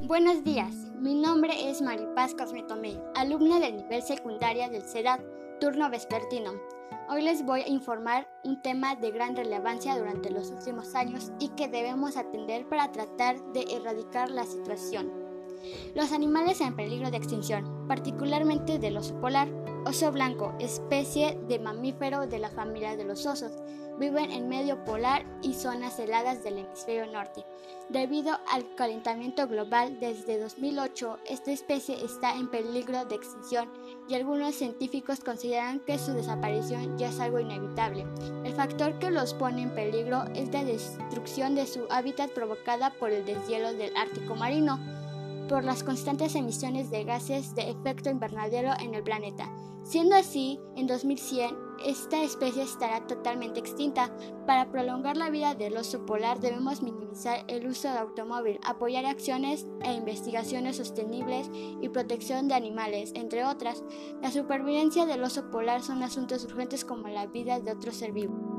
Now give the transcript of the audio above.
Buenos días, mi nombre es Maripaz Cosme Tomé, alumna del nivel secundaria del CEDAT, turno vespertino. Hoy les voy a informar un tema de gran relevancia durante los últimos años y que debemos atender para tratar de erradicar la situación. Los animales en peligro de extinción, particularmente del oso polar. Oso blanco, especie de mamífero de la familia de los osos, viven en medio polar y zonas heladas del hemisferio norte. Debido al calentamiento global desde 2008, esta especie está en peligro de extinción y algunos científicos consideran que su desaparición ya es algo inevitable. El factor que los pone en peligro es la destrucción de su hábitat provocada por el deshielo del Ártico marino, por las constantes emisiones de gases de efecto invernadero en el planeta. Siendo así, en 2100, esta especie estará totalmente extinta. Para prolongar la vida del oso polar debemos minimizar el uso de automóvil, apoyar acciones e investigaciones sostenibles y protección de animales, entre otras. La supervivencia del oso polar son asuntos urgentes como la vida de otro ser vivo.